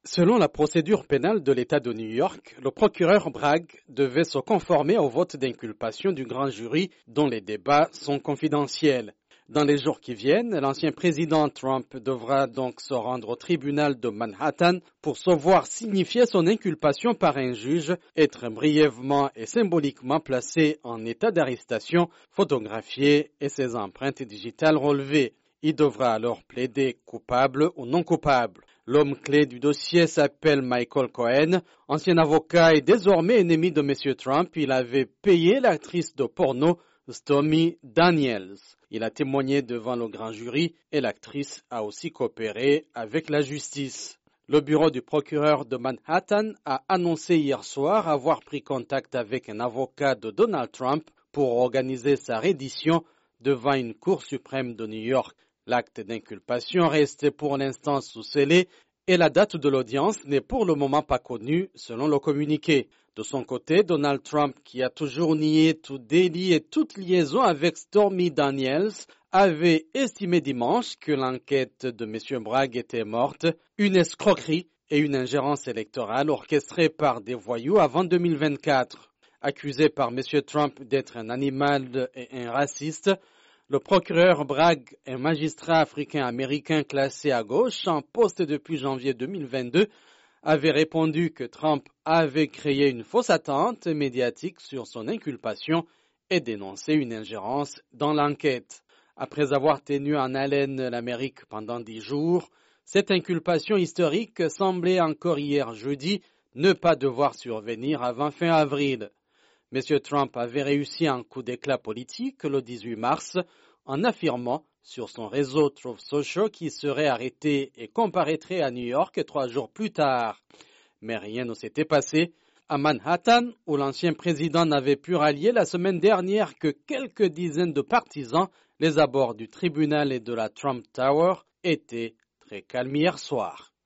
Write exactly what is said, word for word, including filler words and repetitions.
Selon la procédure pénale de l'État de New York, le procureur Bragg devait se conformer au vote d'inculpation du grand jury dont les débats sont confidentiels. Dans les jours qui viennent, l'ancien président Trump devra donc se rendre au tribunal de Manhattan pour se voir signifier son inculpation par un juge, être brièvement et symboliquement placé en état d'arrestation, photographié et ses empreintes digitales relevées. Il devra alors plaider coupable ou non coupable. L'homme clé du dossier s'appelle Michael Cohen, ancien avocat et désormais ennemi de M. Trump. Il avait payé l'actrice de porno Stormy Daniels. Il a témoigné devant le grand jury et l'actrice a aussi coopéré avec la justice. Le bureau du procureur de Manhattan a annoncé hier soir avoir pris contact avec un avocat de Donald Trump pour organiser sa reddition devant une cour suprême de New York. L'acte d'inculpation reste pour l'instant sous scellé et la date de l'audience n'est pour le moment pas connue selon le communiqué. De son côté, Donald Trump, qui a toujours nié tout délit et toute liaison avec Stormy Daniels, avait estimé dimanche que l'enquête de M. Bragg était morte, une escroquerie et une ingérence électorale orchestrée par des voyous avant deux mille vingt-quatre. Accusé par M. Trump d'être un animal et un raciste, le procureur Bragg, un magistrat africain-américain classé à gauche en poste depuis janvier deux mille vingt-deux, avait répondu que Trump avait créé une fausse attente médiatique sur son inculpation et dénoncé une ingérence dans l'enquête. Après avoir tenu en haleine l'Amérique pendant dix jours, cette inculpation historique semblait encore hier jeudi ne pas devoir survenir avant fin avril. M. Trump avait réussi un coup d'éclat politique le dix-huit mars en affirmant sur son réseau Truth Social qu'il serait arrêté et comparaîtrait à New York trois jours plus tard. Mais rien ne s'était passé. À Manhattan, où l'ancien président n'avait pu rallier la semaine dernière que quelques dizaines de partisans, les abords du tribunal et de la Trump Tower étaient très calmes hier soir.